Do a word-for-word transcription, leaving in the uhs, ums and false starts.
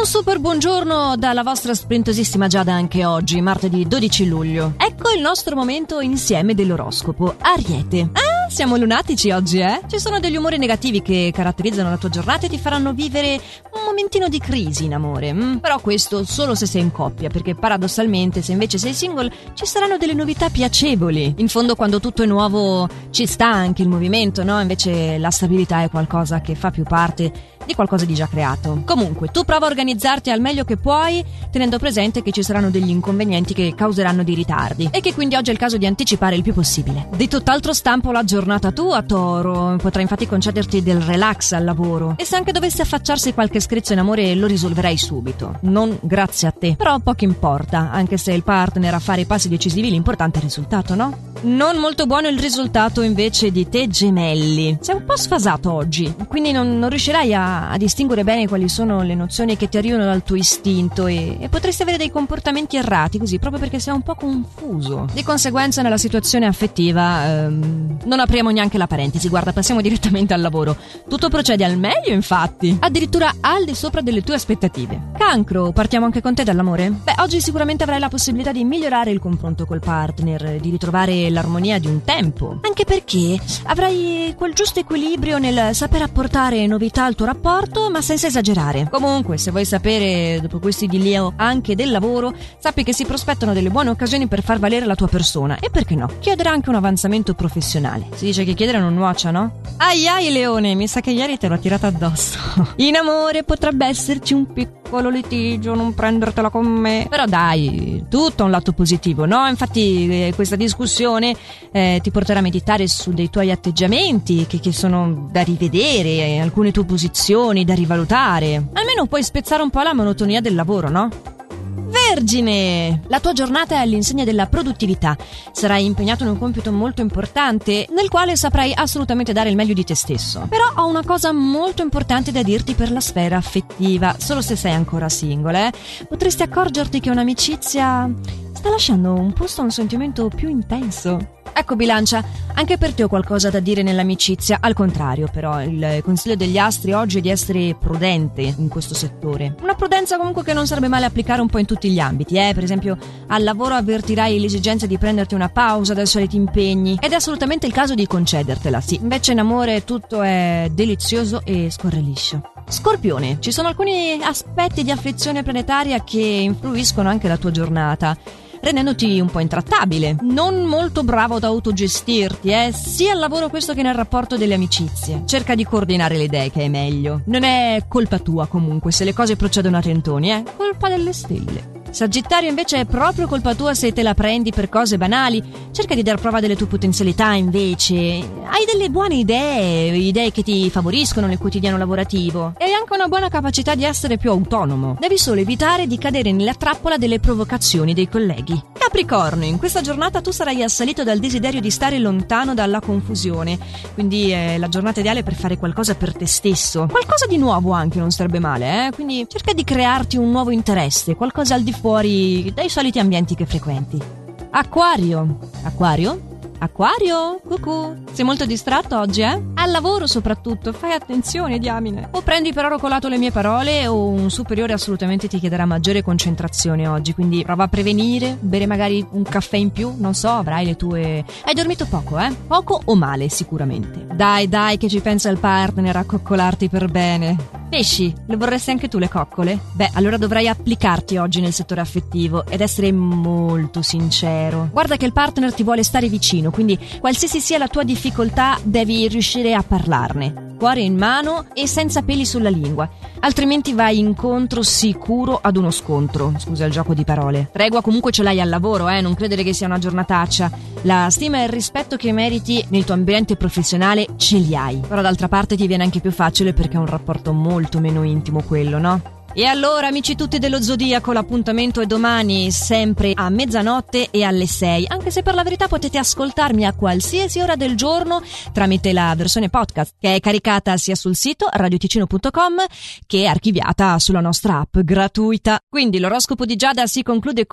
Un super buongiorno dalla vostra sprintosissima Giada anche oggi, martedì dodici luglio. Ecco il nostro momento insieme dell'oroscopo. Ariete. Ah, siamo lunatici oggi, eh? Ci sono degli umori negativi che caratterizzano la tua giornata e ti faranno vivere un momentino di crisi in amore. Mm? Però questo solo se sei in coppia, perché paradossalmente se invece sei single ci saranno delle novità piacevoli. In fondo quando tutto è nuovo ci sta anche il movimento, no? Invece la stabilità è qualcosa che fa più parte di qualcosa di già creato. Comunque, tu prova a organizzarti al meglio che puoi, tenendo presente che ci saranno degli inconvenienti che causeranno dei ritardi e che quindi oggi è il caso di anticipare il più possibile. Di tutt'altro stampo la giornata tua, Toro. Potrai infatti concederti del relax al lavoro e se anche dovesse affacciarsi qualche screzzo in amore lo risolverai subito. Non grazie a te. Però poco importa, anche se il partner a fare i passi decisivi, l'importante è il risultato, no? Non molto buono il risultato invece di te, Gemelli. Sei un po' sfasato oggi, quindi non, non riuscirai a, a distinguere bene quali sono le nozioni che ti arrivano dal tuo istinto e, e potresti avere dei comportamenti errati così, proprio perché sei un po' confuso. Di conseguenza nella situazione affettiva ehm, non apriamo neanche la parentesi, guarda, passiamo direttamente al lavoro. Tutto procede al meglio, infatti, addirittura al di sopra delle tue aspettative. Cancro, partiamo anche con te dall'amore? Beh, oggi sicuramente avrai la possibilità di migliorare il confronto col partner, di ritrovare l'armonia di un tempo, anche perché avrai quel giusto equilibrio nel saper apportare novità al tuo rapporto ma senza esagerare. Comunque, se vuoi sapere dopo questo idillio anche del lavoro, sappi che si prospettano delle buone occasioni per far valere la tua persona e perché no, chiedere anche un avanzamento professionale. Si dice che chiedere non nuocia, no? Ai ai Leone, mi sa che ieri te l'ho tirata addosso. In amore potrebbe esserci un piccolo litigio, non prendertela con me, però dai, tutto ha un lato positivo, no? Infatti eh, questa discussione Eh, ti porterà a meditare su dei tuoi atteggiamenti che, che sono da rivedere, alcune tue posizioni da rivalutare. Almeno puoi spezzare un po' la monotonia del lavoro, no? Vergine! La tua giornata è all'insegna della produttività. Sarai impegnato in un compito molto importante nel quale saprai assolutamente dare il meglio di te stesso. Però ho una cosa molto importante da dirti per la sfera affettiva. Solo se sei ancora single, eh? Potresti accorgerti che un'amicizia sta lasciando un posto a un sentimento più intenso. Ecco Bilancia, anche per te ho qualcosa da dire nell'amicizia. Al contrario, però, il consiglio degli astri oggi è di essere prudente in questo settore. Una prudenza comunque che non sarebbe male applicare un po' in tutti gli ambiti, eh? Per esempio, al lavoro avvertirai l'esigenza di prenderti una pausa dai soliti impegni ed è assolutamente il caso di concedertela, sì. Invece in amore tutto è delizioso e scorre liscio. Scorpione, ci sono alcuni aspetti di afflizione planetaria che influiscono anche la tua giornata, rendendoti un po' intrattabile, non molto bravo ad autogestirti, eh? Sia al lavoro questo che nel rapporto delle amicizie. Cerca di coordinare le idee, che è meglio. Non è colpa tua comunque se le cose procedono a tentoni, eh? Colpa delle stelle. Sagittario invece è proprio colpa tua se te la prendi per cose banali. Cerca di dar prova delle tue potenzialità invece. Hai delle buone idee, idee che ti favoriscono nel quotidiano lavorativo e hai anche una buona capacità di essere più autonomo. Devi solo evitare di cadere nella trappola delle provocazioni dei colleghi. Capricorno, in questa giornata tu sarai assalito dal desiderio di stare lontano dalla confusione, quindi è la giornata ideale per fare qualcosa per te stesso. Qualcosa di nuovo anche non sarebbe male, eh? Quindi cerca di crearti un nuovo interesse, qualcosa al di fuori dai soliti ambienti che frequenti. Acquario. Acquario? Acquario? Cucù. Sei molto distratto oggi, eh? Al lavoro soprattutto, fai attenzione, diamine. O prendi per oro colato le mie parole o un superiore assolutamente ti chiederà maggiore concentrazione oggi, quindi prova a prevenire, bere magari un caffè in più, non so, avrai le tue... Hai dormito poco, eh? Poco o male sicuramente. Dai, dai che ci pensa il partner a coccolarti per bene. Pesci, le vorresti anche tu le coccole? Beh, allora dovrai applicarti oggi nel settore affettivo ed essere molto sincero. Guarda che il partner ti vuole stare vicino, quindi qualsiasi sia la tua difficoltà devi riuscire a parlarne. Cuore in mano e senza peli sulla lingua, altrimenti vai incontro sicuro ad uno scontro. Scusa il gioco di parole. Tregua comunque ce l'hai al lavoro, eh? Non credere che sia una giornataccia. La stima e il rispetto che meriti nel tuo ambiente professionale ce li hai, però d'altra parte ti viene anche più facile perché è un rapporto molto meno intimo quello, no? E allora, amici tutti dello Zodiaco, l'appuntamento è domani, sempre a mezzanotte e alle sei, anche se per la verità potete ascoltarmi a qualsiasi ora del giorno tramite la versione podcast, che è caricata sia sul sito radio ticino punto com che archiviata sulla nostra app gratuita. Quindi l'oroscopo di Giada si conclude